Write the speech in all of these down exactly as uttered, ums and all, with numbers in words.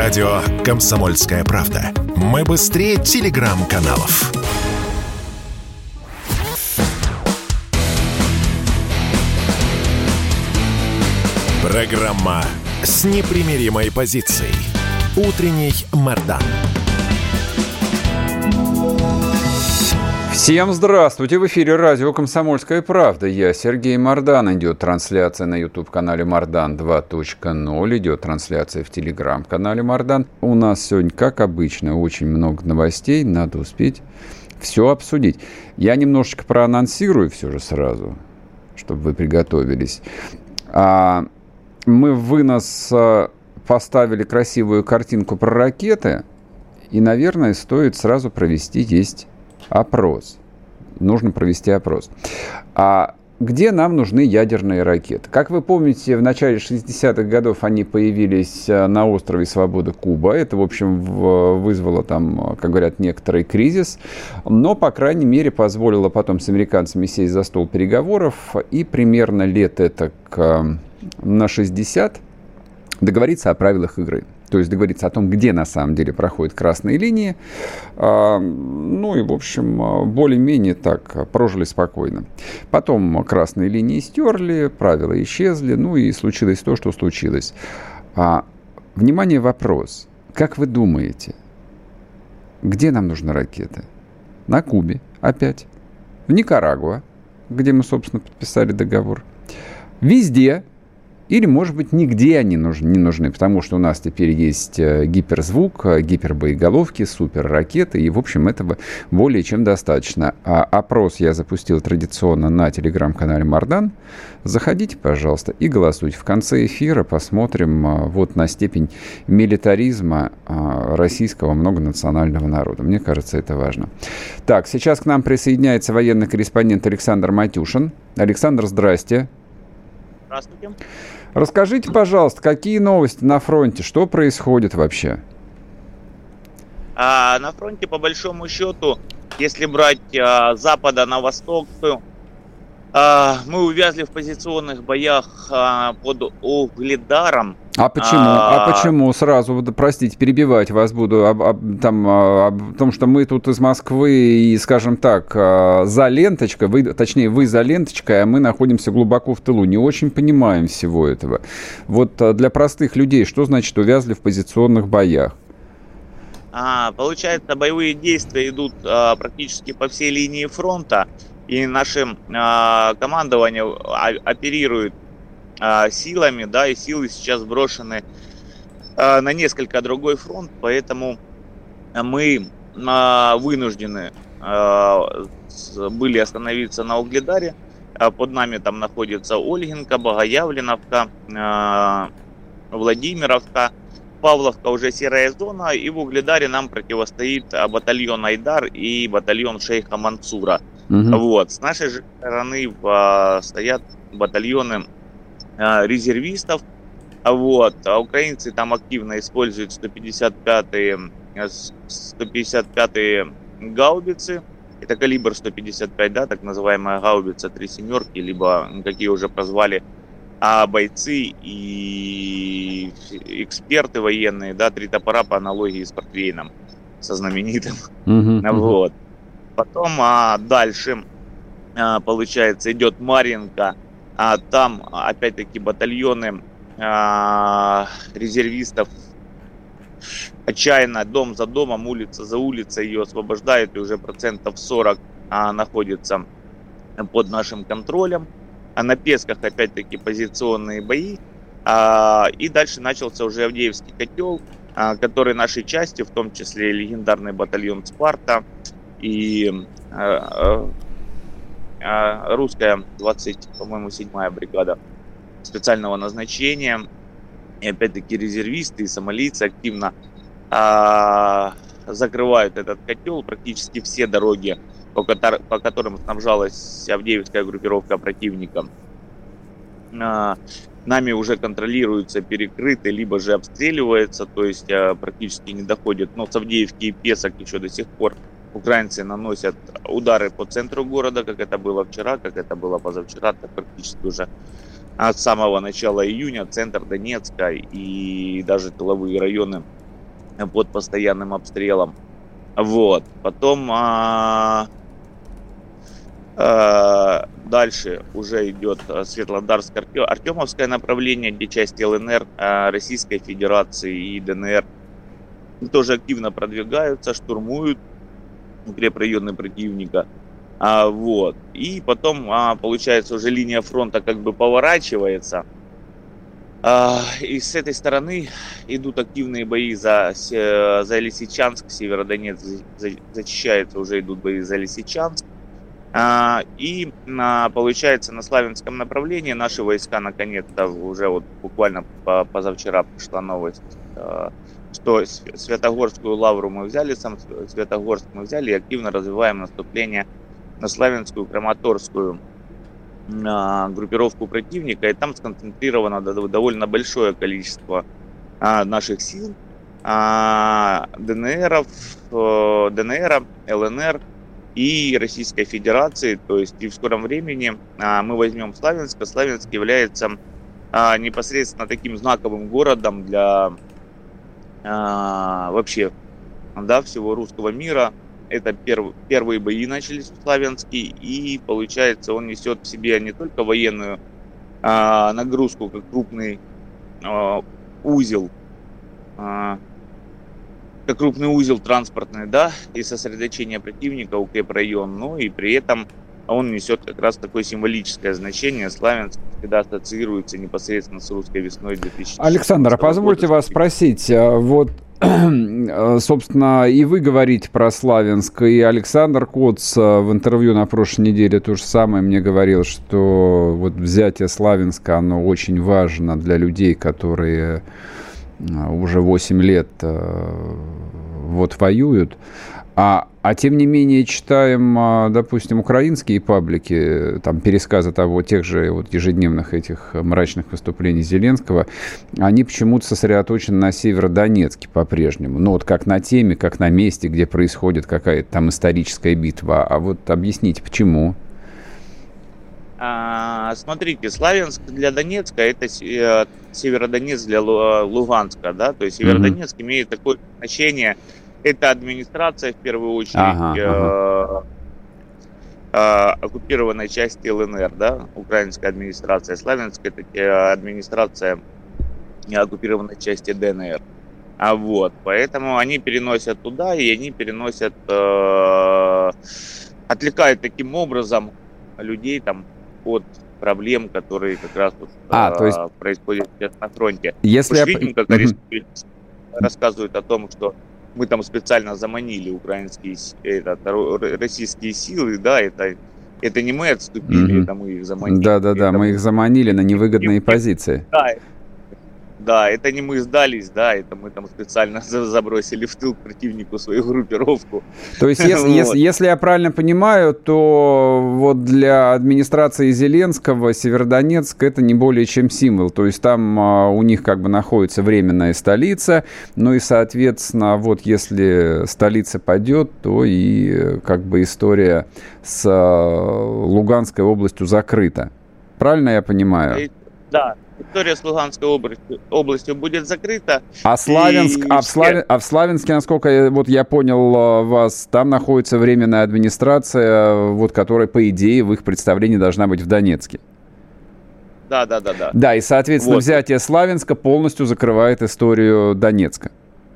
Радио «Комсомольская правда». Мы быстрее телеграм-каналов. Программа с непримиримой позицией. Утренний Мардан. Всем здравствуйте! В эфире радио «Комсомольская правда». Я Сергей Мардан. Идет трансляция на YouTube-канале Мардан два точка ноль. Идет трансляция в Telegram-канале Мардан. У нас сегодня, как обычно, очень много новостей. Надо успеть все обсудить. Я немножечко проанонсирую все же сразу, чтобы вы приготовились. А, мы в вынос поставили красивую картинку про ракеты. И, наверное, стоит сразу провести есть опрос. Нужно провести опрос. А где нам нужны ядерные ракеты? Как вы помните, в начале шестидесятых годов они появились на острове Свободы Куба. Это, в общем, вызвало там, как говорят, некоторый кризис. Но, по крайней мере, позволило потом с американцами сесть за стол переговоров и примерно лет это на шестьдесят договориться о правилах игры. То есть договориться о том, где на самом деле проходят красные линии. Ну и, в общем, более-менее так прожили спокойно. Потом красные линии стерли, правила исчезли, ну и случилось то, что случилось. Внимание, вопрос. Как вы думаете, где нам нужны ракеты? На Кубе опять. В Никарагуа, где мы, собственно, подписали договор. Везде. Или, может быть, нигде они нужны, не нужны, потому что у нас теперь есть гиперзвук, гипербоеголовки, суперракеты, и, в общем, этого более чем достаточно. А опрос я запустил традиционно на телеграм-канале Мардан. Заходите, пожалуйста, и голосуйте. В конце эфира посмотрим вот на степень милитаризма российского многонационального народа. Мне кажется, это важно. Так, сейчас к нам присоединяется военный корреспондент Александр Матюшин. Александр, здрасте. Здравствуйте. Расскажите, пожалуйста, какие новости на фронте? Что происходит вообще? А, на фронте, по большому счету, если брать а, с запада на восток, то а, мы увязли в позиционных боях а, под Угледаром. А почему? А, а почему? Сразу, простите, перебивать вас буду. Об, об, там, об том, что мы тут из Москвы и, скажем так, за ленточкой, вы, точнее, вы за ленточкой, а мы находимся глубоко в тылу. Не очень понимаем всего этого. Вот для простых людей, что значит увязли в позиционных боях? А, получается, боевые действия идут а, практически по всей линии фронта, и наше а, командование а, оперирует силами, да, и силы сейчас брошены а, на несколько другой фронт, поэтому мы а, вынуждены а, с, были остановиться на Угледаре. А под нами там находится Ольгинка, Богоявленовка, а, Владимировка, Павловка уже серая зона, и в Угледаре нам противостоит батальон Айдар и батальон шейха Мансура. Угу. Вот. С нашей же стороны а, стоят батальоны резервистов, вот, а украинцы там активно используют сто пятьдесят пятые гаубицы, это калибр сто пятьдесят пять, да, так называемая гаубица три семерки, либо какие уже прозвали а бойцы и эксперты военные, да, три топора по аналогии с Портвейном, со знаменитым, mm-hmm. вот. Потом а, дальше, а, получается, идет Марьинка. А там, опять-таки, батальоны а, резервистов отчаянно дом за домом, улица за улицей ее освобождают, и уже процентов сорок а, находится под нашим контролем. А на Песках, опять-таки, позиционные бои. А, и дальше начался уже Авдеевский котел, а, который нашей части, в том числе легендарный батальон «Спарта» и... А, русская двадцать, по-моему, седьмая бригада специального назначения, и опять-таки резервисты и сомалийцы активно а, закрывают этот котел, практически все дороги, по, котор- по которым снабжалась Авдеевская группировка противника, а, нами уже контролируются, перекрыты, либо же обстреливаются, то есть а, практически не доходят, но с Авдеевки и Песок еще до сих пор украинцы наносят удары по центру города, как это было вчера, как это было позавчера, так практически уже от самого начала июня центр Донецка и даже тыловые районы под постоянным обстрелом. Вот. Потом а, а, дальше уже идет Светлодарск-Артемовское направление, где часть ЛНР, а, Российской Федерации и ДНР тоже активно продвигаются, штурмуют укрепрайоны противника. А, вот. И потом, а, получается, уже линия фронта как бы поворачивается. А, и с этой стороны идут активные бои за, за Лисичанск, Северодонецк за, зачищается, уже идут бои за Лисичанск. А, и а, получается, на Славянском направлении наши войска наконец-то уже вот буквально позавчера пришла новость, а, что Святогорскую лавру мы взяли, сам Святогорск мы взяли и активно развиваем наступление на Славянскую, Краматорскую а, группировку противника, и там сконцентрировано довольно большое количество а, наших сил, а, ДНРов, а, ДНР, ЛНР и Российской Федерации. То есть и в скором времени а, мы возьмем Славянск. Славянск является а, непосредственно таким знаковым городом для а, вообще, да, всего русского мира. Это перв, первые бои начались в Славянске, и получается, он несет в себе не только военную а, нагрузку, как крупный а, узел, а, как крупный узел транспортный, да, и сосредоточение противника, укрепрайон, но и при этом он несет как раз такое символическое значение. Славянск всегда ассоциируется непосредственно с русской весной две тысячи четырнадцатого Александр, а позвольте года. Вас спросить, вот, собственно, и вы говорите про Славянск, и Александр Коц в интервью на прошлой неделе то же самое мне говорил, что вот взятие Славянска, оно очень важно для людей, которые уже восемь лет вот воюют. А, а тем не менее читаем, допустим, украинские паблики, там пересказы того, тех же вот ежедневных этих мрачных выступлений Зеленского, они почему-то сосредоточены на Северодонецке по-прежнему. Ну вот как на теме, как на месте, где происходит какая-то там историческая битва. А вот объясните, почему? А, смотрите, Славянск для Донецка — это Северодонецк для Луганска, да, то есть Северодонецк mm-hmm. имеет такое значение. Это администрация, в первую очередь, ага, ага. Э, э, оккупированной части ЛНР, да, украинская администрация. Славянск — это администрация оккупированной части ДНР. А вот, поэтому они переносят туда, и они переносят, э, отвлекают таким образом людей там от проблем, которые как раз вот, а, э, то есть... происходят сейчас на фронте. Если Мы я... видим, как mm-hmm. рассказывают о том, что мы там специально заманили украинские, это, российские силы, да, это, это не мы отступили, mm-hmm. это мы их заманили. Да-да-да, мы их заманили на невыгодные позиции. Да, да, это не мы сдались, да, это мы там специально забросили в тыл к противнику свою группировку. То есть, если, вот. если, если я правильно понимаю, то вот для администрации Зеленского Северодонецк — это не более чем символ. То есть там а, у них как бы находится временная столица, ну и, соответственно, вот если столица падет, то и как бы история с а, Луганской областью закрыта. Правильно я понимаю? Да. История с Луганской областью, областью будет закрыта. А, Славянск, и... а, в Славя... а в Славянске, насколько я, вот я понял вас, там находится временная администрация, вот, которая, по идее, в их представлении должна быть в Донецке. Да, да, да, да. Да, и, соответственно, вот. взятие Славянска полностью закрывает историю Донецка.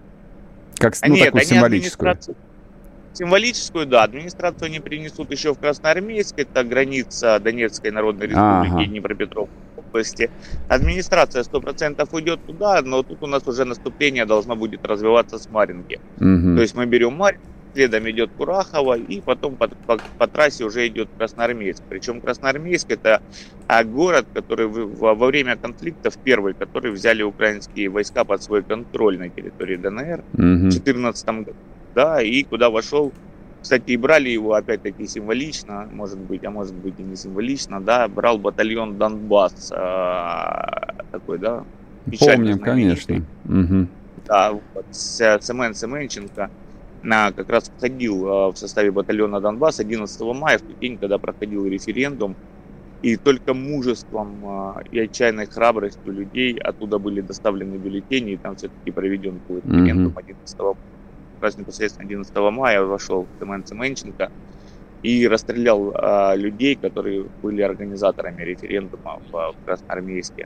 Как, ну, Нет, такую символическую. Администрацию... Символическую, да. Администрацию они принесут еще в Красноармейск, это граница Донецкой Народной Республики, ага. Днепропетровской области. Администрация сто процентов уйдет туда, но тут у нас уже наступление должно будет развиваться с Марьинки. Угу. То есть мы берем Марьинку, следом идет Курахово, и потом по, по, по трассе уже идет Красноармейск. Причем Красноармейск — это а, город, который в, во время конфликтов первый, который взяли украинские войска под свой контроль на территории ДНР угу. в две тысячи четырнадцатом году. Да, и куда вошел, кстати, и брали его опять-таки символично, может быть, а может быть и не символично, да, брал батальон Донбасс, а, такой, да, печально знаменитый. Конечно. Угу. Да, вот, Семен Семенченко на, как раз входил а, в составе батальона Донбасс одиннадцатого мая, в тот день, когда проходил референдум И только мужеством и отчаянной храбростью людей оттуда были доставлены бюллетени, и там все-таки проведен был референдум одиннадцатого, раз непосредственно одиннадцатого мая, вошел Семен Семенченко и расстрелял а, людей, которые были организаторами референдума в, в Красноармейске.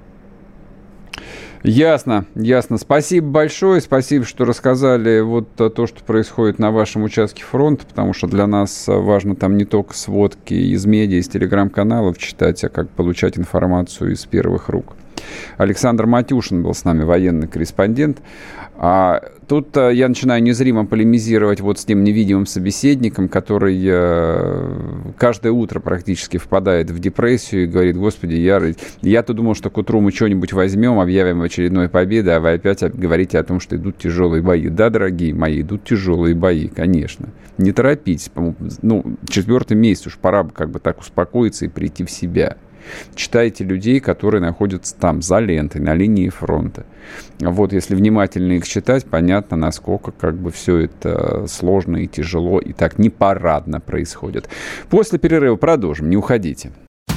Ясно, ясно. Спасибо большое, спасибо, что рассказали вот то, что происходит на вашем участке фронта, потому что для нас важно там не только сводки из медиа, из телеграм-каналов читать, а как получать информацию из первых рук. Александр Матюшин был с нами, военный корреспондент. А тут а, я начинаю незримо полемизировать вот с тем невидимым собеседником, который а, каждое утро практически впадает в депрессию и говорит: господи, я, я-то думал, что к утру мы что-нибудь возьмем, объявим очередной победы, а вы опять говорите о том, что идут тяжелые бои. Да, дорогие мои, идут тяжелые бои, конечно. Не торопитесь, ну, четвертый месяц уж пора бы как бы так успокоиться и прийти в себя. Читайте людей, которые находятся там, за лентой, на линии фронта. Вот, если внимательно их читать, понятно, насколько как бы все это сложно и тяжело, и так непарадно происходит. После перерыва продолжим, не уходите.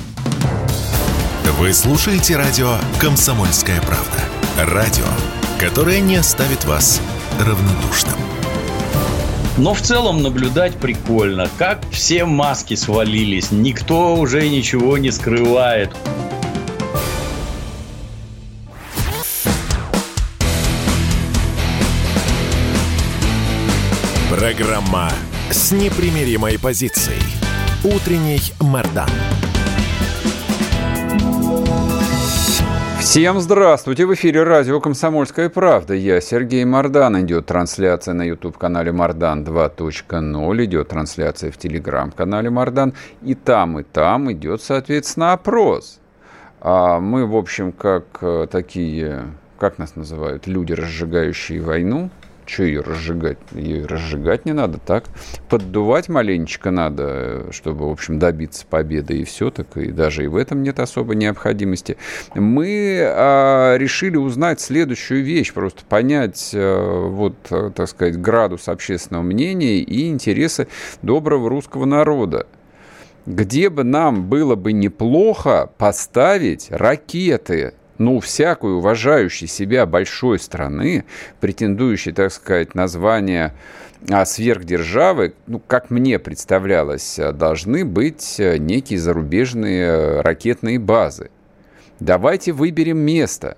Вы слушаете радио «Комсомольская правда». Радио, которое не оставит вас равнодушным. Но в целом наблюдать прикольно, как все маски свалились, никто уже ничего не скрывает. Программа с непримиримой позицией. Утренний Мардан. Всем здравствуйте! В эфире радио «Комсомольская правда». Я Сергей Мардан. Идет трансляция на YouTube-канале Мардан два точка ноль. Идет трансляция в Telegram-канале Мардан. И там, и там идет, соответственно, опрос. А мы, в общем, как такие, как нас называют, люди, разжигающие войну. Что ее разжигать? Ее разжигать не надо, так? Поддувать маленечко надо, чтобы, в общем, добиться победы, и все. Так и даже и в этом нет особой необходимости. Мы а, решили узнать следующую вещь, просто понять, а, вот, так сказать, градус общественного мнения и интересы доброго русского народа. Где бы нам было бы неплохо поставить ракеты? Ну, всякой уважающей себя большой страны, претендующей, так сказать, на звание сверхдержавы, ну, как мне представлялось, должны быть некие зарубежные ракетные базы. Давайте выберем место.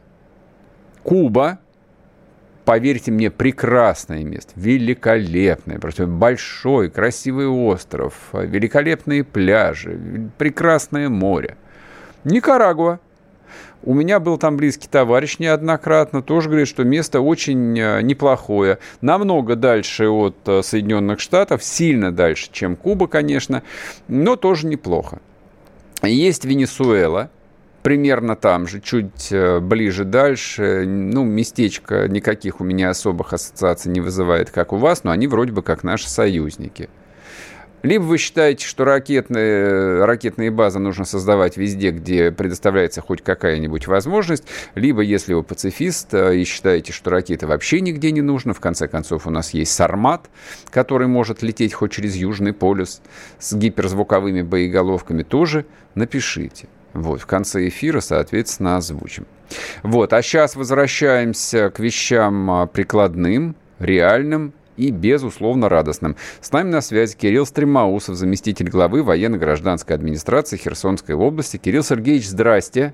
Куба, поверьте мне, прекрасное место, великолепное, просто большой, красивый остров, великолепные пляжи, прекрасное море. Никарагуа. У меня был там близкий товарищ неоднократно, тоже говорит, что место очень неплохое. Намного дальше от Соединенных Штатов, сильно дальше, чем Куба, конечно, но тоже неплохо. Есть Венесуэла, примерно там же, чуть ближе дальше. Ну, местечко никаких у меня особых ассоциаций не вызывает, как у вас, но они вроде бы как наши союзники. Либо вы считаете, что ракетные, ракетные базы нужно создавать везде, где предоставляется хоть какая-нибудь возможность, либо, если вы пацифист и считаете, что ракеты вообще нигде не нужно, в конце концов, у нас есть Сармат, который может лететь хоть через Южный полюс с гиперзвуковыми боеголовками, тоже напишите. Вот, в конце эфира, соответственно, озвучим. Вот, а сейчас возвращаемся к вещам прикладным, реальным и, безусловно, радостным. С нами на связи Кирилл Стремоусов, заместитель главы военно-гражданской администрации Херсонской области. Кирилл Сергеевич, здрасте.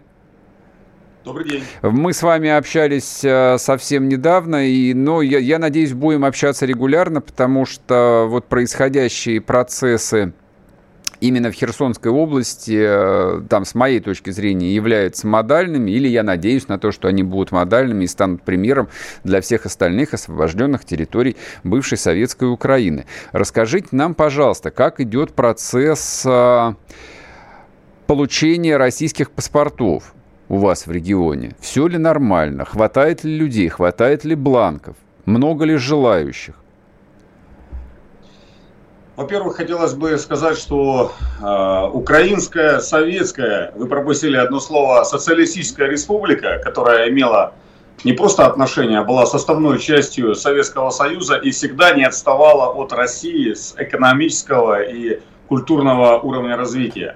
Добрый день. Мы с вами общались э, совсем недавно, и, но я, я надеюсь, будем общаться регулярно, потому что вот происходящие процессы именно в Херсонской области, там, с моей точки зрения, являются модальными, или я надеюсь на то, что они будут модальными и станут примером для всех остальных освобожденных территорий бывшей советской Украины. Расскажите нам, пожалуйста, как идет процесс получения российских паспортов у вас в регионе? Все ли нормально? Хватает ли людей? Хватает ли бланков? Много ли желающих? Во-первых, хотелось бы сказать, что э, украинская, советская, вы пропустили одно слово, социалистическая республика, которая имела не просто отношения, а была составной частью Советского Союза и всегда не отставала от России с экономического и культурного уровня развития.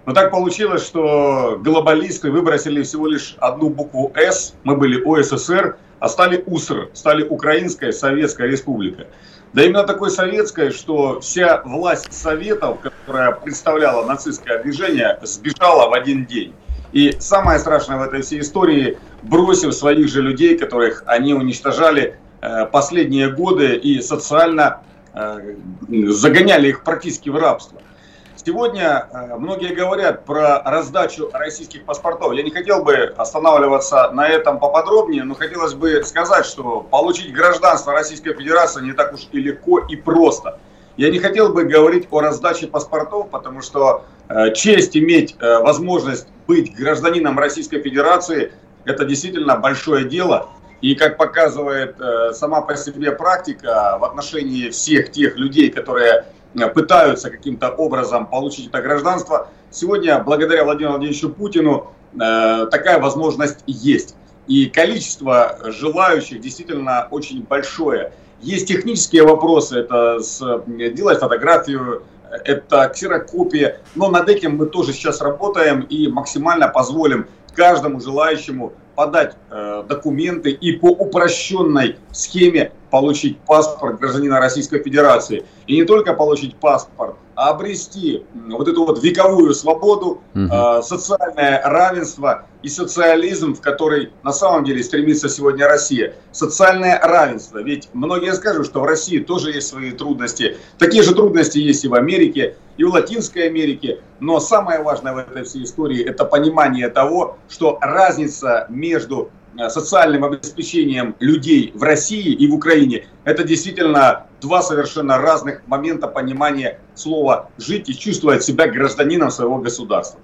Но так получилось, что глобалисты выбросили всего лишь одну букву «С», мы были ОССР, а стали УСР, стали Украинская Советская Республика. Да именно такой советской, что вся власть Советов, которая представляла нацистское движение, сбежала в один день. И самое страшное в этой всей истории, бросив своих же людей, которых они уничтожали э, последние годы и социально э, загоняли их практически в рабство. Сегодня э, многие говорят про раздачу российских паспортов. Я не хотел бы останавливаться на этом поподробнее, но хотелось бы сказать, что получить гражданство Российской Федерации не так уж и легко и просто. Я не хотел бы говорить о раздаче паспортов, потому что э, честь иметь э, возможность быть гражданином Российской Федерации – это действительно большое дело. И как показывает э, сама по себе практика в отношении всех тех людей, которые пытаются каким-то образом получить это гражданство, сегодня благодаря Владимиру Владимировичу Путину э, такая возможность есть. И количество желающих действительно очень большое. Есть технические вопросы, это с, делать фотографию, это ксерокопия, но над этим мы тоже сейчас работаем и максимально позволим каждому желающему подать э, документы и по упрощенной схеме получить паспорт гражданина Российской Федерации. И не только получить паспорт, а обрести вот эту вот вековую свободу, э, социальное равенство и социализм, в который на самом деле стремится сегодня Россия. Социальное равенство. Ведь многие скажут, что в России тоже есть свои трудности. Такие же трудности есть и в Америке, и в Латинской Америке. Но самое важное в этой всей истории – это понимание того, что разница между социальным обеспечением людей в России и в Украине – это действительно два совершенно разных момента понимания слова «жить» и чувствовать себя гражданином своего государства.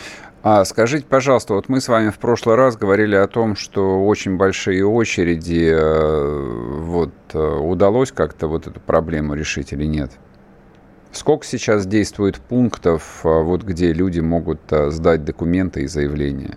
А скажите, пожалуйста, вот мы с вами в прошлый раз говорили о том, что очень большие очереди, вот удалось как-то вот эту проблему решить или нет? Сколько сейчас действует пунктов, вот где люди могут сдать документы и заявления?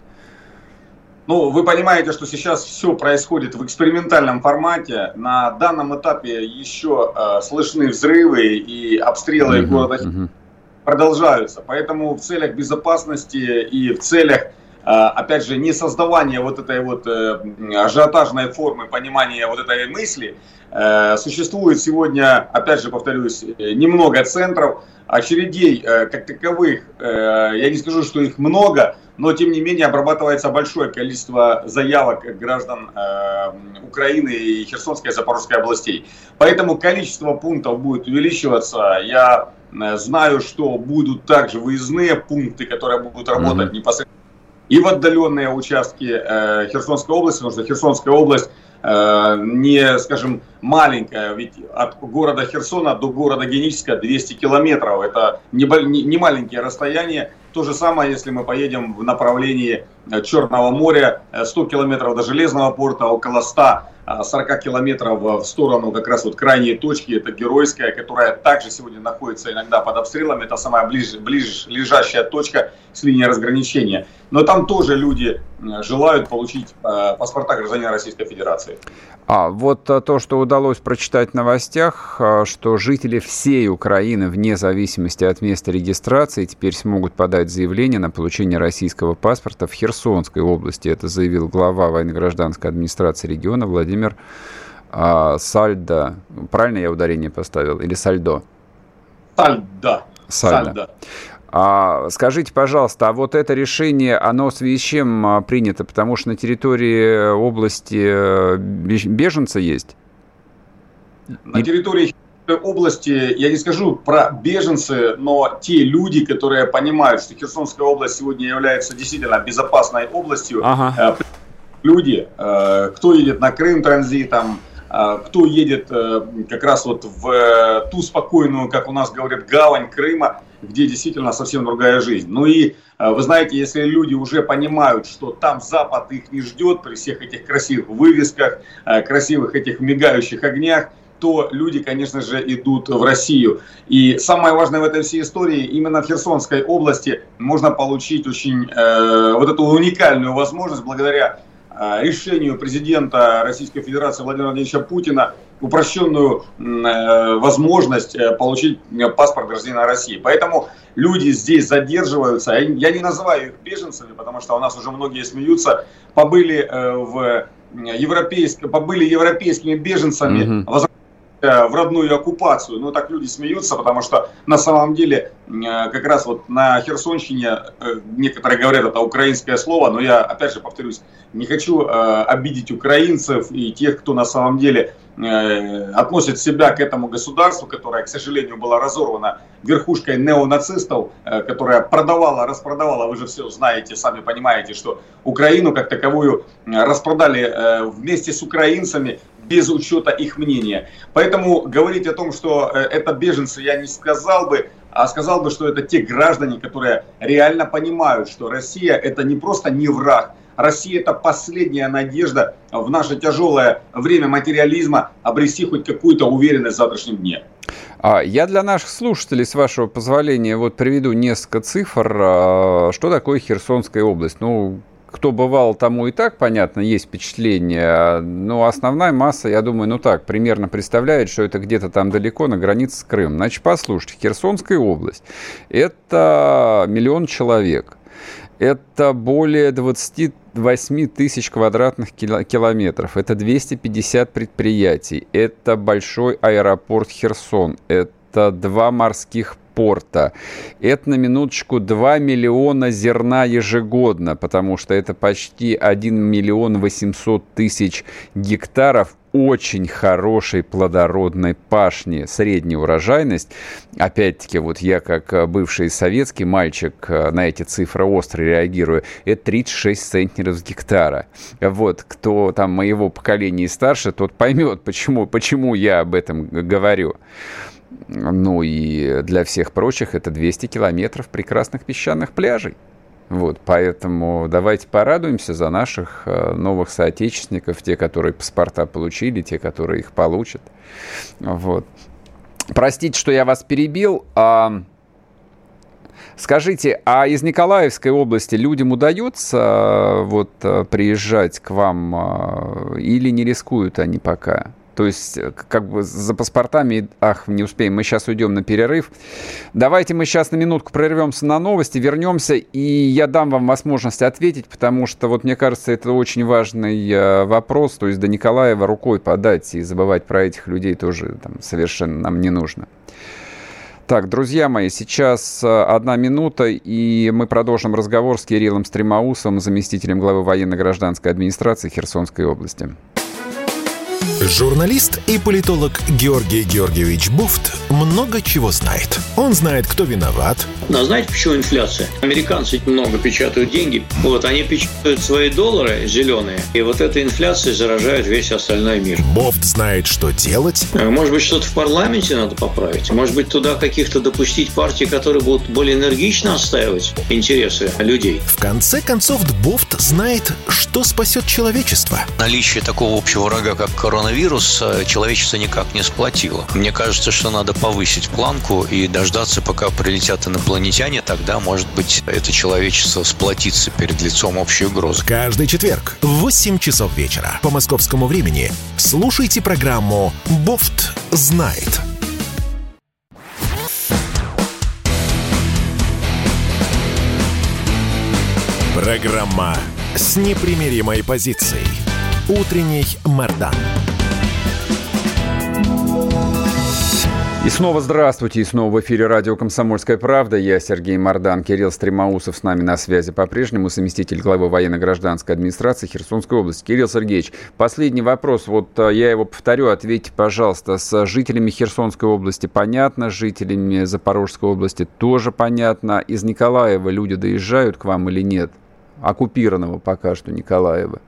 Ну, вы понимаете, что сейчас все происходит в экспериментальном формате. На данном этапе еще э, слышны взрывы и обстрелы uh-huh, города uh-huh. продолжаются. Поэтому в целях безопасности и в целях, э, опять же, не создавания вот этой вот э, ажиотажной формы понимания вот этой мысли, э, существует сегодня, опять же, повторюсь, немного центров, очередей э, как таковых. Э, я не скажу, что их много, но, тем не менее, обрабатывается большое количество заявок граждан э, Украины и Херсонской и Запорожской областей. Поэтому количество пунктов будет увеличиваться. Я э, знаю, что будут также выездные пункты, которые будут работать mm-hmm. непосредственно и в отдаленные участки э, Херсонской области, потому что Херсонская область э, не, скажем, маленькая, ведь от города Херсона до города Геническа двести километров. Это не, не, не маленькие расстояния. То же самое, если мы поедем в направлении Черного моря, сто километров до Железного порта, около ста сорока километров в сторону как раз вот крайней точки, это Геройская, которая также сегодня находится иногда под обстрелами, это самая ближе, ближе лежащая точка с линии разграничения. Но там тоже люди желают получить паспорта гражданина Российской Федерации. А вот то, что удалось прочитать в новостях, что жители всей Украины, вне зависимости от места регистрации, теперь смогут подать заявление на получение российского паспорта в Херсонской области. Это заявил глава военно-гражданской администрации региона Владимир а, Сальдо. Правильно я ударение поставил? Или Сальдо? Сальдо. Сальдо. Сальдо. А, скажите, пожалуйста, а вот это решение, оно в связи с чем принято? Потому что на территории области беженцы есть? На территории области, я не скажу про беженцы, но те люди, которые понимают, что Херсонская область сегодня является действительно безопасной областью, ага. люди, кто едет на Крым транзитом, кто едет как раз вот в ту спокойную, как у нас говорят, гавань Крыма, где действительно совсем другая жизнь. Ну и вы знаете, если люди уже понимают, что там Запад их не ждет при всех этих красивых вывесках, красивых этих мигающих огнях, то люди, конечно же, идут в Россию. И самое важное в этой всей истории, именно в Херсонской области можно получить очень э, вот эту уникальную возможность благодаря решению президента Российской Федерации Владимира Владимировича Путина упрощенную возможность получить паспорт гражданина России. Поэтому люди здесь задерживаются. Я не называю их беженцами, потому что у нас уже многие смеются. Побыли в европейском, побыли европейскими беженцами, mm-hmm. в родную оккупацию. Ну, так люди смеются, потому что на самом деле как раз вот на Херсонщине некоторые говорят, это украинское слово, но я, опять же, повторюсь, не хочу э, обидеть украинцев и тех, кто на самом деле э, относит себя к этому государству, которое, к сожалению, было разорвано верхушкой неонацистов, э, которая продавала, распродавала, вы же все знаете, сами понимаете, что Украину как таковую распродали э, вместе с украинцами, без учета их мнения. Поэтому говорить о том, что это беженцы, я не сказал бы, а сказал бы, что это те граждане, которые реально понимают, что Россия это не просто не враг, Россия это последняя надежда в наше тяжелое время материализма обрести хоть какую-то уверенность в завтрашнем дне. Я для наших слушателей, с вашего позволения, вот приведу несколько цифр. Что такое Херсонская область? Ну, кто бывал, тому и так, понятно, есть впечатление, но основная масса, я думаю, ну так, примерно представляет, что это где-то там далеко, на границе с Крымом. Значит, послушайте, Херсонская область – это миллион человек, это более двадцать восемь тысяч квадратных километров, это двести пятьдесят предприятий, это большой аэропорт Херсон, это два морских порта. Это, на минуточку, два миллиона зерна ежегодно, потому что это почти один миллион восемьсот тысяч гектаров очень хорошей плодородной пашни, средняя урожайность. Опять-таки, вот я как бывший советский мальчик на эти цифры остро реагирую. Это тридцать шесть центнеров с гектара. Вот, кто там моего поколения и старше, тот поймет, почему, почему я об этом говорю. Ну и для всех прочих это двести километров прекрасных песчаных пляжей. Вот, поэтому давайте порадуемся за наших новых соотечественников, те, которые паспорта получили, те, которые их получат. Вот. Простите, что я вас перебил. А... Скажите, а из Николаевской области людям удается вот, приезжать к вам или не рискуют они пока? То есть, как бы за паспортами, ах, не успеем, мы сейчас уйдем на перерыв. Давайте мы сейчас на минутку прервемся на новости, вернемся, и я дам вам возможность ответить, потому что, вот мне кажется, это очень важный вопрос, то есть до Николаева рукой подать, и забывать про этих людей тоже там, совершенно нам не нужно. Так, друзья мои, сейчас одна минута, и мы продолжим разговор с Кириллом Стремоусовым, заместителем главы военно-гражданской администрации Херсонской области. Журналист и политолог Георгий Георгиевич Бофт много чего знает. Он знает, кто виноват. Но знаете, почему инфляция? Американцы много печатают деньги. Вот, они печатают свои доллары зеленые, и вот эта инфляция заражает весь остальной мир. Бофт знает, что делать. Может быть, что-то в парламенте надо поправить? Может быть, туда каких-то допустить партий, которые будут более энергично отстаивать интересы людей? В конце концов, Бофт знает, что спасет человечество. Наличие такого общего врага, как коронавирус, человечество никак не сплотило. Мне кажется, что надо повысить планку и дождаться, пока прилетят инопланетяне. Тогда, может быть, это человечество сплотится перед лицом общей угрозы. Каждый четверг в восемь часов вечера по московскому времени слушайте программу «Бофт знает». Программа с непримиримой позицией. Утренний Мардан. И снова здравствуйте, и снова в эфире радио «Комсомольская правда». Я Сергей Мардан, Кирилл Стремоусов с нами на связи по-прежнему, заместитель главы военно-гражданской администрации Херсонской области. Кирилл Сергеевич, последний вопрос, вот я его повторю, ответьте, пожалуйста, с жителями Херсонской области понятно, с жителями Запорожской области тоже понятно. Из Николаева люди доезжают к вам или нет? Оккупированного пока что Николаева.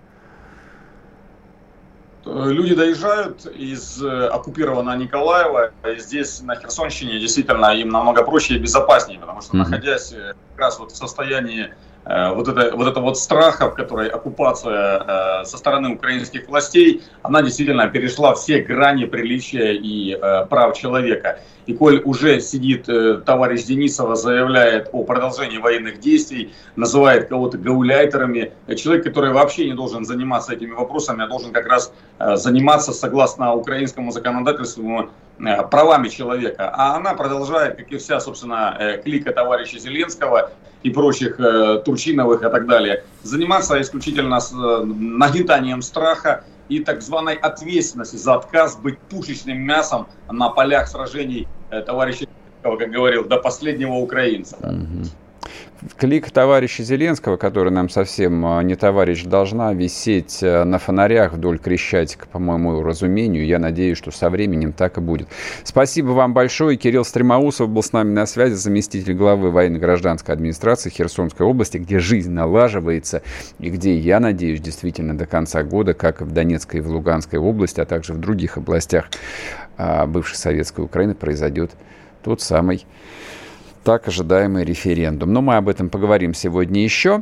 Люди доезжают из оккупированного Николаева. Здесь, на Херсонщине, действительно им намного проще и безопаснее, потому что, mm-hmm. находясь как раз вот в состоянии вот это, вот это вот страха, в которой оккупация со стороны украинских властей, она действительно перешла все грани приличия и прав человека. И коль уже сидит товарищ Денисова, заявляет о продолжении военных действий, называет кого-то гауляйтерами, человек, который вообще не должен заниматься этими вопросами, а должен как раз заниматься, согласно украинскому законодательству, правами человека. А она продолжает, как и вся, собственно, клика товарища Зеленского и прочих Турчиновых и так далее, заниматься исключительно с нагнетанием страха и так званой ответственности за отказ быть пушечным мясом на полях сражений товарища Зеленского, как говорил, до последнего украинца. Угу. Клик товарища Зеленского, который нам совсем не товарищ, должна висеть на фонарях вдоль Крещатика, по моему разумению. Я надеюсь, что со временем так и будет. Спасибо вам большое. Кирилл Стремоусов был с нами на связи, заместитель главы военно-гражданской администрации Херсонской области, где жизнь налаживается и где, я надеюсь, действительно до конца года, как и в Донецкой и в Луганской области, а также в других областях бывшей советской Украины, произойдет тот самый так ожидаемый референдум. Но мы об этом поговорим сегодня еще.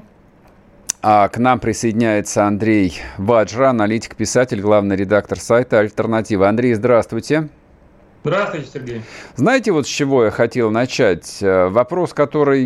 А к нам присоединяется Андрей Ваджра, аналитик, писатель, главный редактор сайта «Альтернатива». Андрей, здравствуйте. Здравствуйте, Сергей. Знаете, вот с чего я хотел начать? Вопрос, который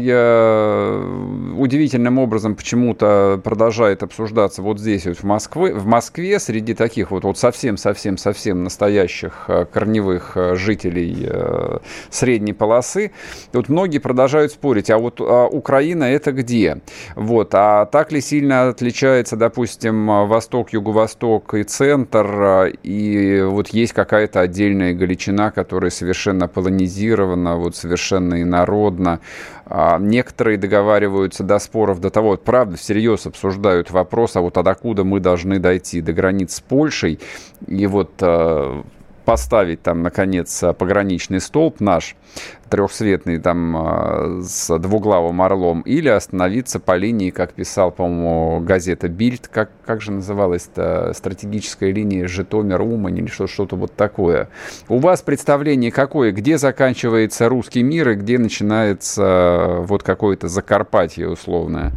удивительным образом почему-то продолжает обсуждаться вот здесь, вот в Москве, в Москве среди таких вот, вот совсем-совсем-совсем настоящих корневых жителей средней полосы. Вот многие продолжают спорить, а вот а Украина это где? Вот, а так ли сильно отличается, допустим, Восток, Юго-Восток и Центр, и вот есть какая-то отдельная Галичина, которая совершенно полонизирована, вот совершенно инородна. А некоторые договариваются до споров, до того, вот, правда, всерьез обсуждают вопрос, а вот а докуда мы должны дойти, до границ с Польшей, и вот а, поставить там, наконец, пограничный столб наш, трехцветный там с двуглавым орлом, или остановиться по линии, как писал, по-моему, газета «Бильд», как, как же называлась-то, стратегическая линия Житомир-Умань или что, что-то вот такое. У вас представление какое, где заканчивается русский мир и где начинается вот какое-то Закарпатье условное?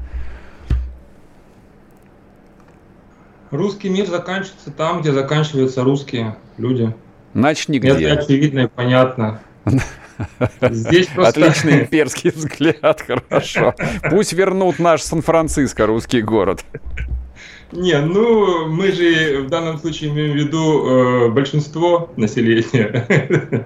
Русский мир заканчивается там, где заканчиваются русские люди. Значит, нигде. Это очевидно и понятно. Здесь просто... Отличный имперский взгляд, хорошо. Пусть вернут наш Сан-Франциско, русский город. Не, ну, мы же в данном случае имеем в виду э, большинство населения.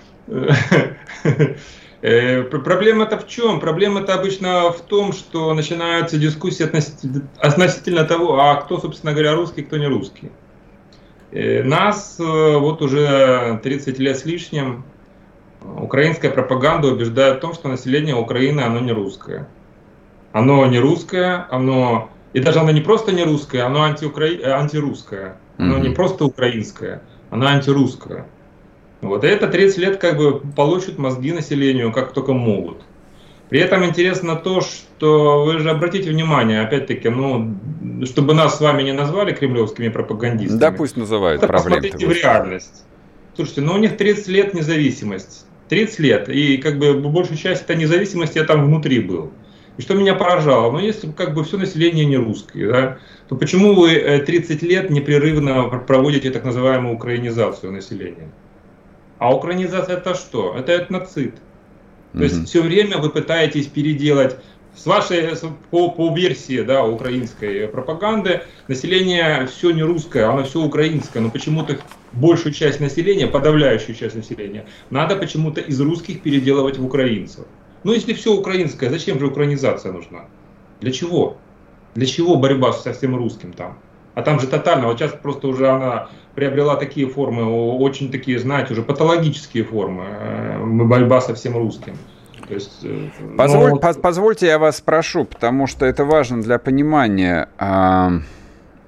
Проблема-то в чем? Проблема-то обычно в том, что начинаются дискуссии относительно того, а кто, собственно говоря, русский, кто не русский. Нас вот уже тридцать лет с лишним украинская пропаганда убеждает в том, что население Украины, оно не русское. Оно не русское, оно... И даже оно не просто не русское, оно антиукра... антирусское. Оно mm-hmm. не просто украинское, оно антирусское. Вот. И это тридцать лет как бы получат мозги населению, как только могут. При этом интересно то, что вы же обратите внимание, опять-таки, ну, чтобы нас с вами не назвали кремлевскими пропагандистами. Да пусть называют, это посмотрите в реальность. Слушайте, ну у них тридцать лет независимость. тридцать лет. И как бы большая часть этой независимости я там внутри был. И что меня поражало, ну если как бы все население не русское, да, то почему вы тридцать лет непрерывно проводите так называемую украинизацию населения? А украинизация это что? Это этноцид. То mm-hmm. есть все время вы пытаетесь переделать, с вашей, по, по версии, да, украинской пропаганды, население все не русское, оно все украинское, но почему-то большую часть населения, подавляющую часть населения, надо почему-то из русских переделывать в украинцев. Ну если все украинское, зачем же украинизация нужна? Для чего? Для чего борьба со всем русским там? А там же тотально, вот сейчас просто уже она приобрела такие формы, очень такие, знаете, уже патологические формы, борьба со всем русским. То есть, Позволь, ну, позвольте, я вас спрошу, потому что это важно для понимания.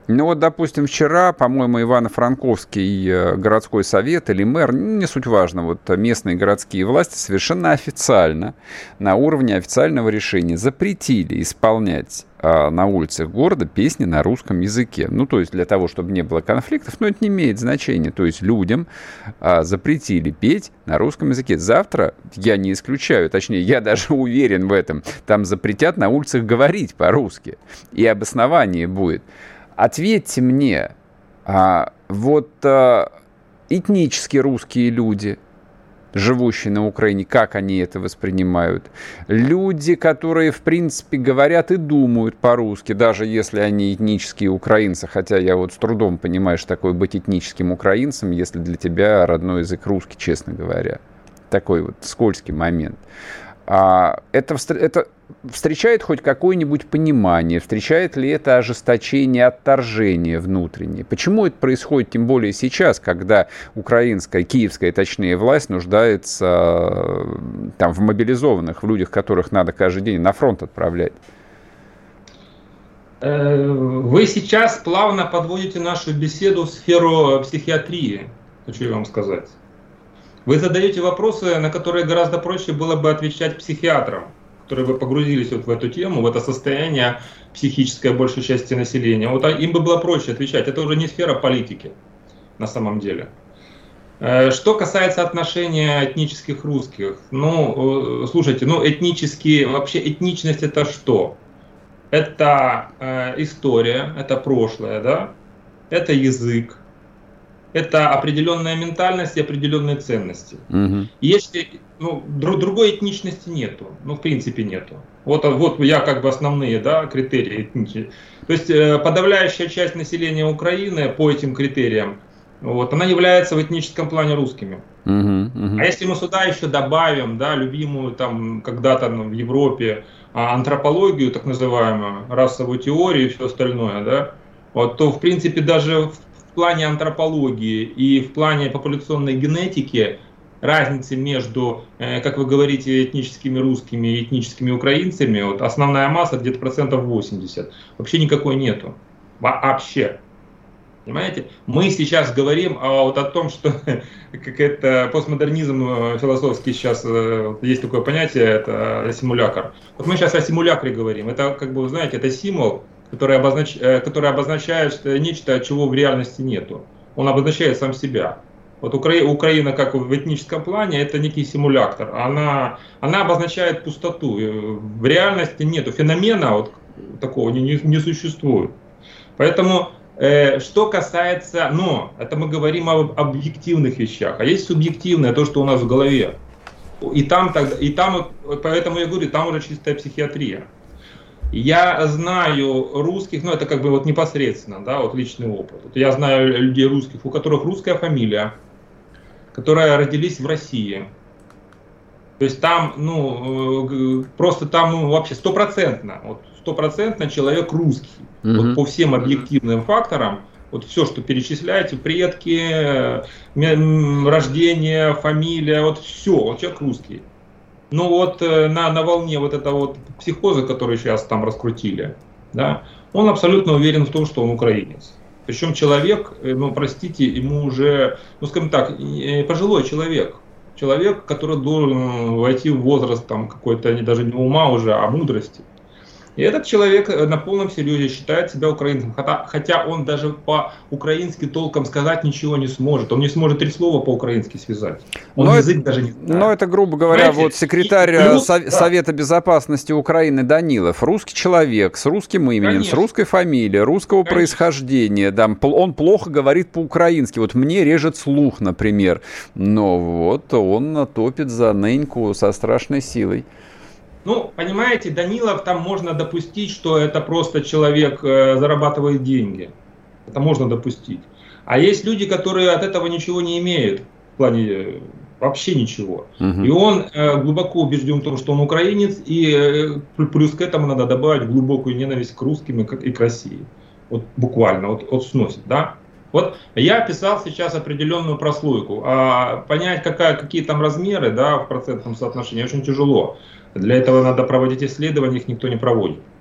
Ну вот, допустим, вчера, по-моему, Ивано-Франковский городской совет или мэр, не суть важно, вот местные городские власти совершенно официально, на уровне официального решения запретили исполнять а, на улицах города песни на русском языке. Ну, то есть для того, чтобы не было конфликтов, но это не имеет значения. То есть людям а, запретили петь на русском языке. Завтра, я не исключаю, точнее, я даже уверен в этом, там запретят на улицах говорить по-русски. И обоснование будет. Ответьте мне, а, вот а, этнически русские люди, живущие на Украине, как они это воспринимают? Люди, которые, в принципе, говорят и думают по-русски, даже если они этнические украинцы, хотя я вот с трудом понимаю, что такое быть этническим украинцем, если для тебя родной язык русский, честно говоря. Такой вот скользкий момент. А, это, это встречает хоть какое-нибудь понимание? Встречает ли это ожесточение, отторжение внутреннее? Почему это происходит, тем более сейчас, когда украинская, киевская, точнее, власть нуждается там, в мобилизованных, в людях, которых надо каждый день на фронт отправлять? Вы сейчас плавно подводите нашу беседу в сферу психиатрии, хочу я вам сказать. Вы задаете вопросы, на которые гораздо проще было бы отвечать психиатрам, которые бы погрузились вот в эту тему, в это состояние психической большей части населения. Вот им бы было проще отвечать. Это уже не сфера политики на самом деле. Что касается отношения этнических русских, ну, слушайте, ну, этнические, вообще этничность это что? Это э, история, это прошлое, да? Это язык. Это определенная ментальность и определенные ценности. Угу. Если ну, друг, другой этничности нету, ну в принципе нету. Вот, вот я как бы основные да, критерии этничности. То есть э, подавляющая часть населения Украины по этим критериям, вот, она является в этническом плане русскими. Угу, угу. А если мы сюда еще добавим да, любимую там когда-то ну, в Европе антропологию, так называемую, расовую теорию и все остальное, да, вот, то в принципе даже в В плане антропологии и в плане популяционной генетики разницы между, как вы говорите, этническими русскими и этническими украинцами, вот основная масса где-то процентов восемьдесят, вообще никакой нету. Вообще. Понимаете? Мы сейчас говорим о, вот о том, что как это постмодернизм философский сейчас, есть такое понятие, это симулякр. Вот мы сейчас о симулякре говорим. Это, как бы, вы знаете, это символ, который, обознач... который обозначает нечто, чего в реальности нету. Он обозначает сам себя. Вот Укра... Украина, как в этническом плане, это некий симулятор. Она, она обозначает пустоту. В реальности нету феномена вот такого, не, не, не существует. Поэтому, э, что касается, но это мы говорим об объективных вещах, а есть субъективное, то, что у нас в голове. И там, и там поэтому я говорю, там уже чистая психиатрия. Я знаю русских, ну это как бы вот непосредственно, да, вот личный опыт. Вот я знаю людей русских, у которых русская фамилия, которые родились в России. То есть там, ну, просто там, ну, вообще стопроцентно, вот стопроцентно человек русский. Mm-hmm. Вот по всем объективным факторам, вот все, что перечисляете, предки, рождение, фамилия, вот все, вот человек русский. Ну вот на, на волне вот этого вот психоза, который сейчас там раскрутили, да, он абсолютно уверен в том, что он украинец. Причем человек, ну простите, ему уже, ну скажем так, пожилой человек. Человек, который должен войти в возраст там какой-то, даже не ума уже, а мудрости. И этот человек на полном серьезе считает себя украинцем, хотя, хотя он даже по-украински толком сказать ничего не сможет. Он не сможет три слова по-украински связать. Он но язык это, даже не знает. Но это, грубо говоря, Знаете, вот секретарь и, плюс, Сов- да. Совета Безопасности Украины Данилов, русский человек с русским именем, Конечно. С русской фамилией, русского Конечно. Происхождения. Да, он плохо говорит по-украински. Вот мне режет слух, например. Но вот он топит за ныньку со страшной силой. Ну, понимаете, Данилов там можно допустить, что это просто человек э, зарабатывает деньги. Это можно допустить. А есть люди, которые от этого ничего не имеют. В плане э, вообще ничего. Угу. И он э, глубоко убежден в том, что он украинец. И э, плюс к этому надо добавить глубокую ненависть к русским и к, и к России. Вот буквально, вот, вот сносит, да? Вот я описал сейчас определенную прослойку. А понять, какая, какие там размеры, да, в процентном соотношении, очень тяжело. Для этого надо проводить исследования, их никто не проводит.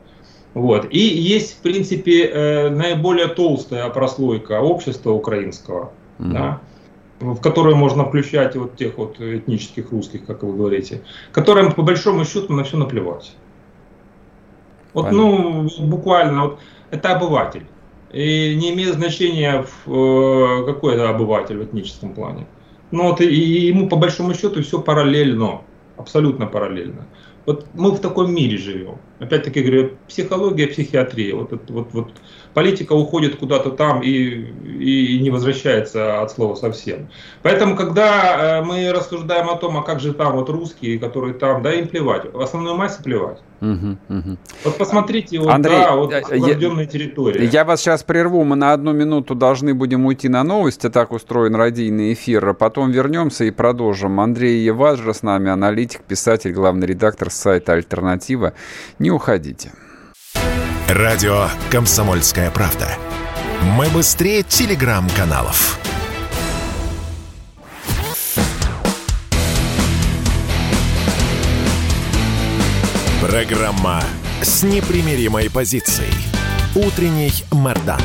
Вот. И есть, в принципе, наиболее толстая прослойка общества украинского, mm-hmm. да, в которую можно включать вот тех вот этнических русских, как вы говорите, которым по большому счету на все наплевать. Вот, ну, буквально, вот, это обыватель. И не имеет значения, в, какой это обыватель в этническом плане. Ну, вот, и, и ему по большому счету все параллельно, абсолютно параллельно. Вот мы в таком мире живем. Опять-таки говорю, психология, психиатрия. Вот, вот, вот политика уходит куда-то там и, и не возвращается от слова совсем. Поэтому, когда мы рассуждаем о том, а как же там вот русские, которые там, да, им плевать. В основной массе плевать. Угу, угу. Вот посмотрите, вот, Андрей, да, вот освобожденная территория. Я вас сейчас прерву, мы на одну минуту должны будем уйти на новости, так устроен радийный эфир, а потом вернемся и продолжим. Андрей Еважра с нами, аналитик, писатель, главный редактор сайта «Альтернатива». Не уходите. Радио «Комсомольская правда». Мы быстрее телеграм-каналов. Программа с непримиримой позицией. Утренний Мардан.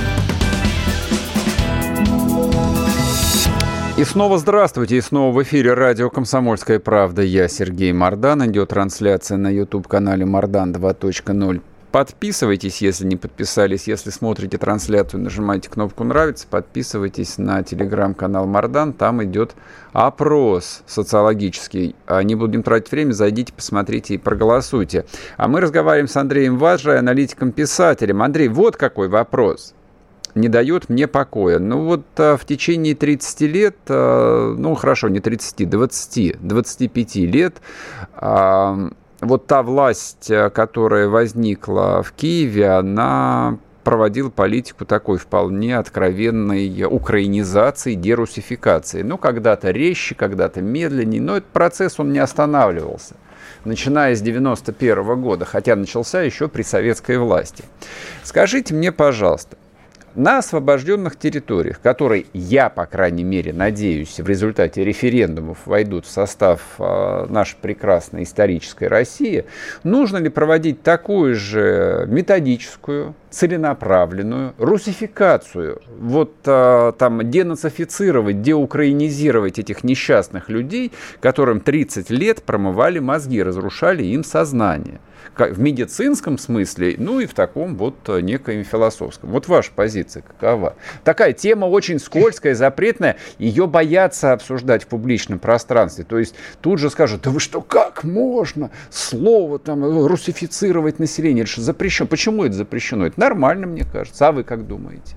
И снова здравствуйте, и снова в эфире радио «Комсомольская правда». Я Сергей Мардан. Идет трансляция на YouTube-канале Мардан два точка ноль. Подписывайтесь, если не подписались. Если смотрите трансляцию, нажимайте кнопку «Нравится», подписывайтесь на телеграм-канал Мардан. Там идет опрос социологический. Не будем тратить время, зайдите, посмотрите и проголосуйте. А мы разговариваем с Андреем Важрой, аналитиком-писателем. Андрей, вот какой вопрос не дает мне покоя. Ну вот а, в течение тридцати лет, а, ну хорошо, не тридцати, двадцати, двадцати пяти лет, а, вот та власть, которая возникла в Киеве, она проводила политику такой вполне откровенной украинизации, дерусификации. Ну, когда-то резче, когда-то медленнее, но этот процесс, он не останавливался, начиная с девяносто первого года, хотя начался еще при советской власти. Скажите мне, пожалуйста, на освобожденных территориях, которые, я, по крайней мере, надеюсь, в результате референдумов войдут в состав э, нашей прекрасной исторической России, нужно ли проводить такую же методическую, целенаправленную русификацию, вот э, там денацифицировать, деукраинизировать этих несчастных людей, которым тридцать лет промывали мозги, разрушали им сознание. В медицинском смысле, ну и в таком вот некоем философском. Вот ваша позиция какова? Такая тема очень скользкая, запретная, ее боятся обсуждать в публичном пространстве. То есть тут же скажут, да вы что, как можно слово там русифицировать население? Это же запрещено. Почему это запрещено? Это нормально, мне кажется. А вы как думаете?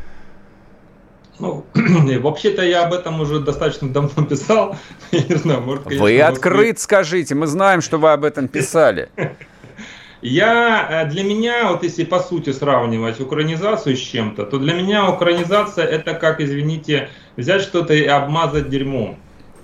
Ну, вообще-то я об этом уже достаточно давно писал. Я не знаю, может, конечно, вы открыт скажите, мы знаем, что вы об этом писали. Я, для меня, вот если по сути сравнивать украинизацию с чем-то, то для меня украинизация это как, извините, взять что-то и обмазать дерьмом.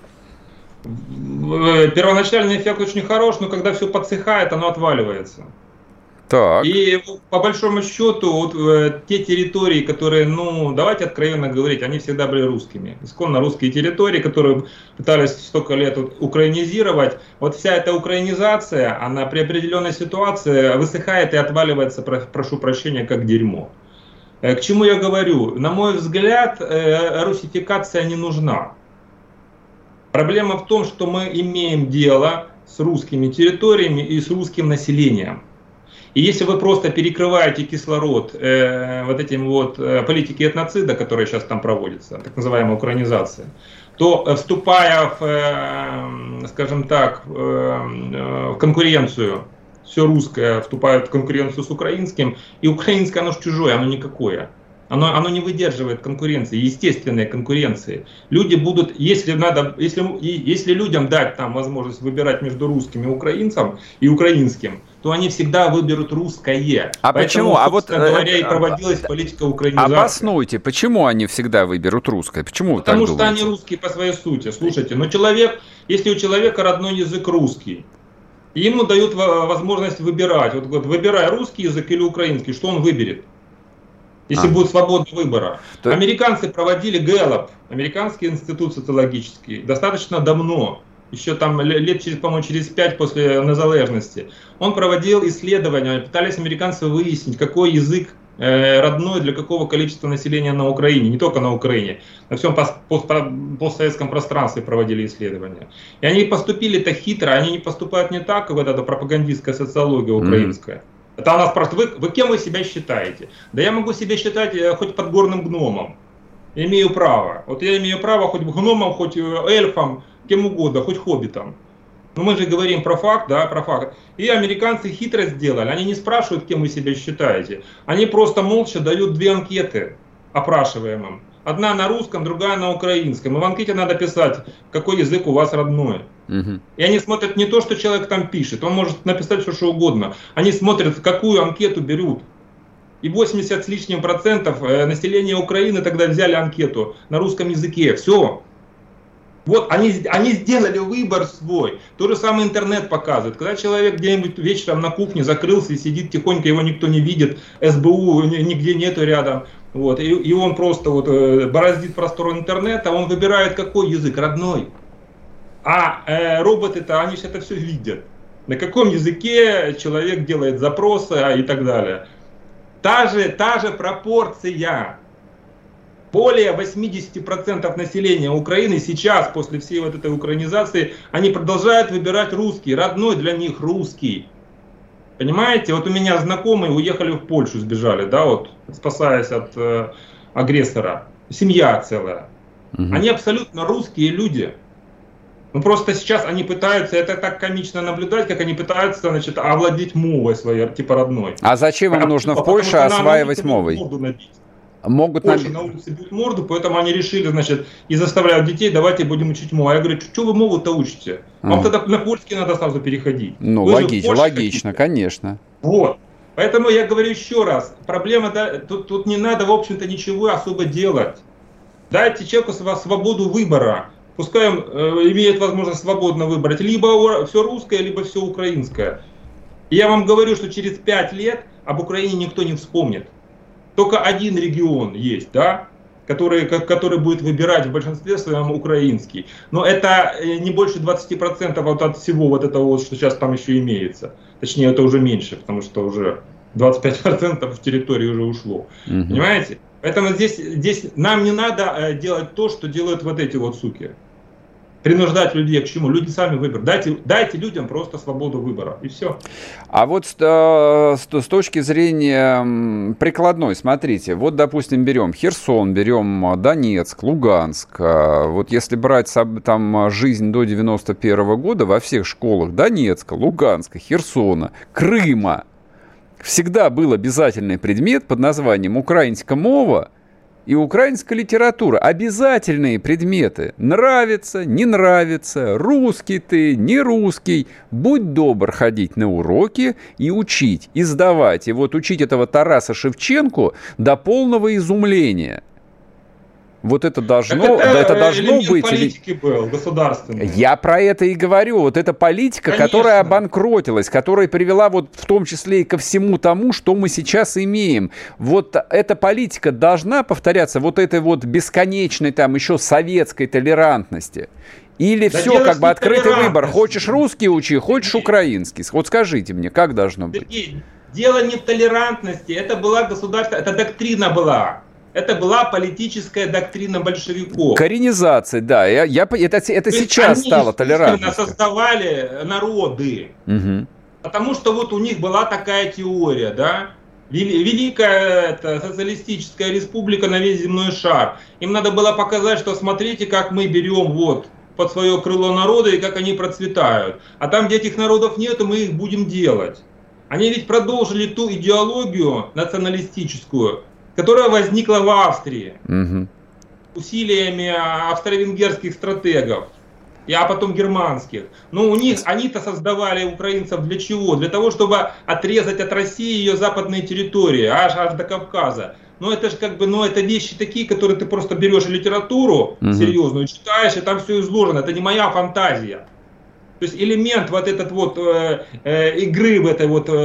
Первоначальный эффект очень хорош, но когда все подсыхает, оно отваливается. Так. И по большому счету, вот, э, те территории, которые, ну, давайте откровенно говорить, они всегда были русскими. Исконно русские территории, которые пытались столько лет вот, украинизировать. Вот вся эта украинизация, она при определенной ситуации высыхает и отваливается, про, прошу прощения, как дерьмо. Э, к чему я говорю? На мой взгляд, э, русификация не нужна. Проблема в том, что мы имеем дело с русскими территориями и с русским населением. И если вы просто перекрываете кислород э, вот этим вот э, политики этноцида, которая сейчас там проводится, так называемая украинизация, то э, вступая в, э, скажем так, э, э, в конкуренцию, все русское вступает в конкуренцию с украинским, и украинское, оно же чужое, оно никакое. Оно, оно не выдерживает конкуренции, естественной конкуренции. Люди будут, если надо, если, если людям дать там возможность выбирать между русским и украинцем и украинским, то они всегда выберут русское. А Поэтому, почему? А вот говоря, и проводилась политика украинизации. Обоснуйте, почему они всегда выберут русское? Почему вы так думаете? Потому что они русские по своей сути. Слушайте, но человек, если у человека родной язык русский, ему дают возможность выбирать. Вот, вот выбирай русский язык или украинский, что он выберет? Если а. будет свобода выбора. То... Американцы проводили Гэллоп, американский институт социологический, достаточно давно. еще там лет через, по-моему, через пять после незалежности, он проводил исследования, пытались американцы выяснить, какой язык родной для какого количества населения на Украине, не только на Украине, на всем постсоветском пространстве проводили исследования. И они поступили так хитро, они не поступают не так, как вот эта пропагандистская социология украинская. Mm-hmm. Это у нас просто, вы, вы кем вы себя считаете? Да я могу себя считать хоть подгорным гномом, я имею право. Вот я имею право хоть гномом, хоть эльфом, кем угодно, хоть хоббитом. Но мы же говорим про факт, да, про факт. И американцы хитро сделали. Они не спрашивают, кем вы себя считаете. Они просто молча дают две анкеты опрашиваемым. Одна на русском, другая на украинском. И в анкете надо писать, какой язык у вас родной. Угу. И они смотрят не то, что человек там пишет. Он может написать все, что угодно. Они смотрят, какую анкету берут. И восемьдесят с лишним процентов населения Украины тогда взяли анкету на русском языке. Все. Вот они, они сделали выбор свой. То же самое интернет показывает. Когда человек где-нибудь вечером на кухне закрылся и сидит тихонько, его никто не видит, эс бэ у нигде нету рядом, вот, и, и он просто вот, бороздит простор интернета, он выбирает какой язык, родной. А э, роботы-то, они же это все видят. На каком языке человек делает запросы а, и так далее. Та же, та же пропорция. Более восемьдесят процентов населения Украины сейчас, после всей вот этой украинизации, они продолжают выбирать русский, родной для них русский. Понимаете, вот у меня знакомые уехали в Польшу, сбежали, да, вот, спасаясь от э, агрессора. Семья целая. Угу. Они абсолютно русские люди. Ну просто сейчас они пытаются, это так комично наблюдать, как они пытаются, значит, овладеть мовой своей, типа родной. А зачем им а, нужно в Польше осваивать мовой? Могут Польша на улице бьют морду, поэтому они решили, значит, и заставляют детей, давайте будем учить мову. А я говорю, что вы мову-то учите? Вам а. тогда на польский надо сразу переходить. Ну, логи- логично, хотите? Конечно. Вот. Поэтому я говорю еще раз, проблема, да, тут, тут не надо, в общем-то, ничего особо делать. Дайте человеку свободу выбора. Пускай он э, имеет возможность свободно выбрать либо все русское, либо все украинское. И я вам говорю, что через пять лет об Украине никто не вспомнит. Только один регион есть, да, который, который будет выбирать в большинстве своем украинский. Но это не больше двадцать процентов от, от всего вот этого, вот, что сейчас там еще имеется. Точнее, это уже меньше, потому что уже двадцать пять процентов в территории уже ушло. Угу. Понимаете? Поэтому здесь, здесь нам не надо делать то, что делают вот эти вот суки. Принуждать людей к чему? Люди сами выберут. Дайте, дайте людям просто свободу выбора. И все. А вот с, с, с точки зрения прикладной, смотрите, вот, допустим, берем Херсон, берем Донецк, Луганск. Вот если брать там жизнь до девяносто первого года, во всех школах Донецка, Луганска, Херсона, Крыма всегда был обязательный предмет под названием «Украинская мова» и украинская литература. Обязательные предметы. Нравится, не нравится, русский ты, не русский. Будь добр ходить на уроки и учить, и сдавать. И вот учить этого Тараса Шевченко до полного изумления. Вот это должно, это, это должно быть. Политики был, государственный. Я про это и говорю. Вот эта политика, конечно, которая обанкротилась, которая привела вот в том числе и ко всему тому, что мы сейчас имеем. Вот эта политика должна повторяться вот этой вот бесконечной там еще советской толерантности. Или да все как бы открытый выбор. Хочешь русский учи, хочешь Сергей. Украинский. Вот скажите мне, как должно быть? Сергей, дело не в толерантности. Это была государственная, это доктрина была. Это была политическая доктрина большевиков. Коренизация, да. Я, я, это это сейчас стало толерантностью. Они создавали народы. Угу. Потому что вот у них была такая теория, да. Великая это, социалистическая республика на весь земной шар. Им надо было показать, что смотрите, как мы берем вот под свое крыло народа и как они процветают. А там, где этих народов нет, мы их будем делать. Они ведь продолжили ту идеологию националистическую, которая возникла в Австрии угу. усилиями австро-венгерских стратегов, а потом германских. Но у них, они-то создавали украинцев для чего? Для того, чтобы отрезать от России ее западные территории, аж, аж до Кавказа. Но это же как бы, ну это вещи такие, которые ты просто берешь литературу угу. серьезную, читаешь, и там все изложено. Это не моя фантазия. То есть элемент вот этот вот э, э, игры в этой вот э,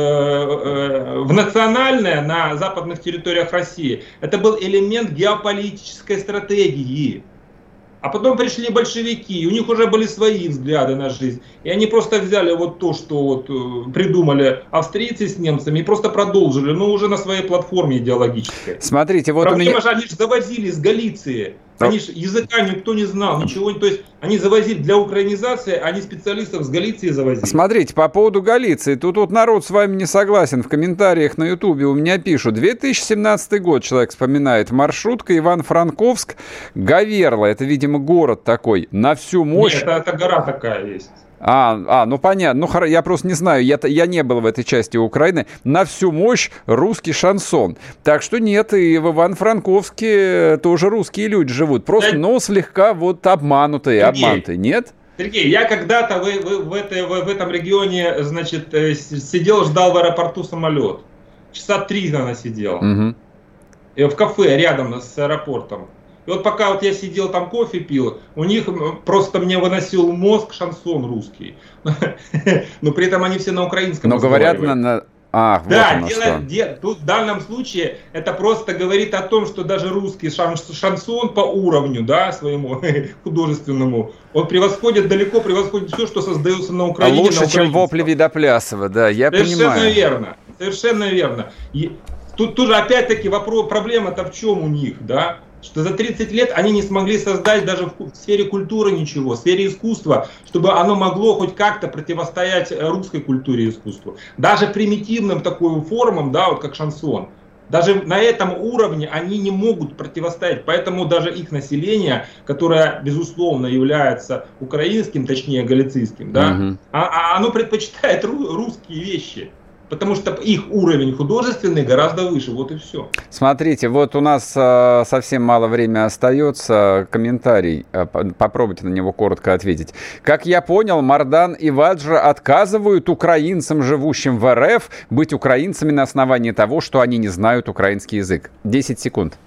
э, в национальное на западных территориях России, это был элемент геополитической стратегии. А потом пришли большевики, у них уже были свои взгляды на жизнь. И они просто взяли вот то, что вот придумали австрийцы с немцами, и просто продолжили, но уже на своей платформе идеологической. Смотрите, вот Проблема у меня... же, они же завозили из Галиции. Они же языка никто не знал, ничего. То есть они завозили для украинизации, они специалистов с Галиции завозили. Смотрите, по поводу Галиции. Тут вот народ с вами не согласен. В комментариях на Ютубе у меня пишут. две тысячи семнадцатый год, человек вспоминает. Маршрутка Иван-Франковск, Гаверла. Это, видимо, город такой. На всю мощь... Нет, это, это гора такая есть. А, а, ну понятно, ну я просто не знаю, я, я не был в этой части Украины, на всю мощь русский шансон. Так что нет, и в Ивано-Франковске тоже русские люди живут, просто, да, ну, слегка вот обманутые, Сергей, обманутые, нет? Сергей, я когда-то в, в, в, этой, в, в этом регионе, значит, сидел, ждал в аэропорту самолет. Часа три, наверное, сидел. Угу. И в кафе рядом с аэропортом. И вот пока вот я сидел там кофе пил, у них просто мне выносил мозг шансон русский. Но при этом они все на украинском Но говорят на... на... А, да, вот дело, де, тут в данном случае это просто говорит о том, что даже русский шан, шансон по уровню, да, своему художественному, он превосходит, далеко превосходит все, что создается на Украине. Лучше, на чем вопли Видоплясова, да, я совершенно понимаю. Совершенно верно, совершенно верно. И тут тоже опять-таки вопрос, проблема-то в чем у них, да? Что за тридцать лет они не смогли создать даже в сфере культуры ничего, в сфере искусства, чтобы оно могло хоть как-то противостоять русской культуре и искусству. Даже примитивным такой формам, да, вот как шансон, даже на этом уровне они не могут противостоять. Поэтому даже их население, которое, безусловно, является украинским, точнее галицийским, да, угу. а, а оно предпочитает ру- русские вещи. Потому что их уровень художественный гораздо выше, вот и все. Смотрите, вот у нас э, совсем мало времени остается. Комментарий, э, попробуйте на него коротко ответить. Как я понял, Мардан и Ваджра отказывают украинцам, живущим в эр эф, быть украинцами на основании того, что они не знают украинский язык. десять секунд.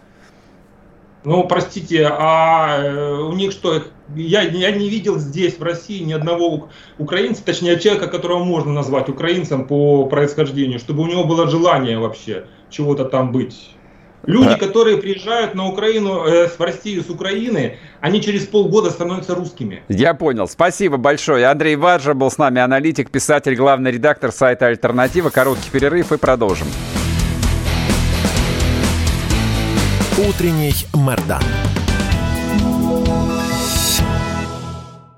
Ну, простите, а у них что, я, я не видел здесь, в России, ни одного украинца, точнее, человека, которого можно назвать украинцем по происхождению, чтобы у него было желание вообще чего-то там быть. Люди, которые приезжают на Украину, э, в Россию с Украины, они через полгода становятся русскими. Я понял. Спасибо большое. Андрей Ваджра был с нами, аналитик, писатель, главный редактор сайта «Альтернатива». Короткий перерыв и продолжим. Утренний Мардан.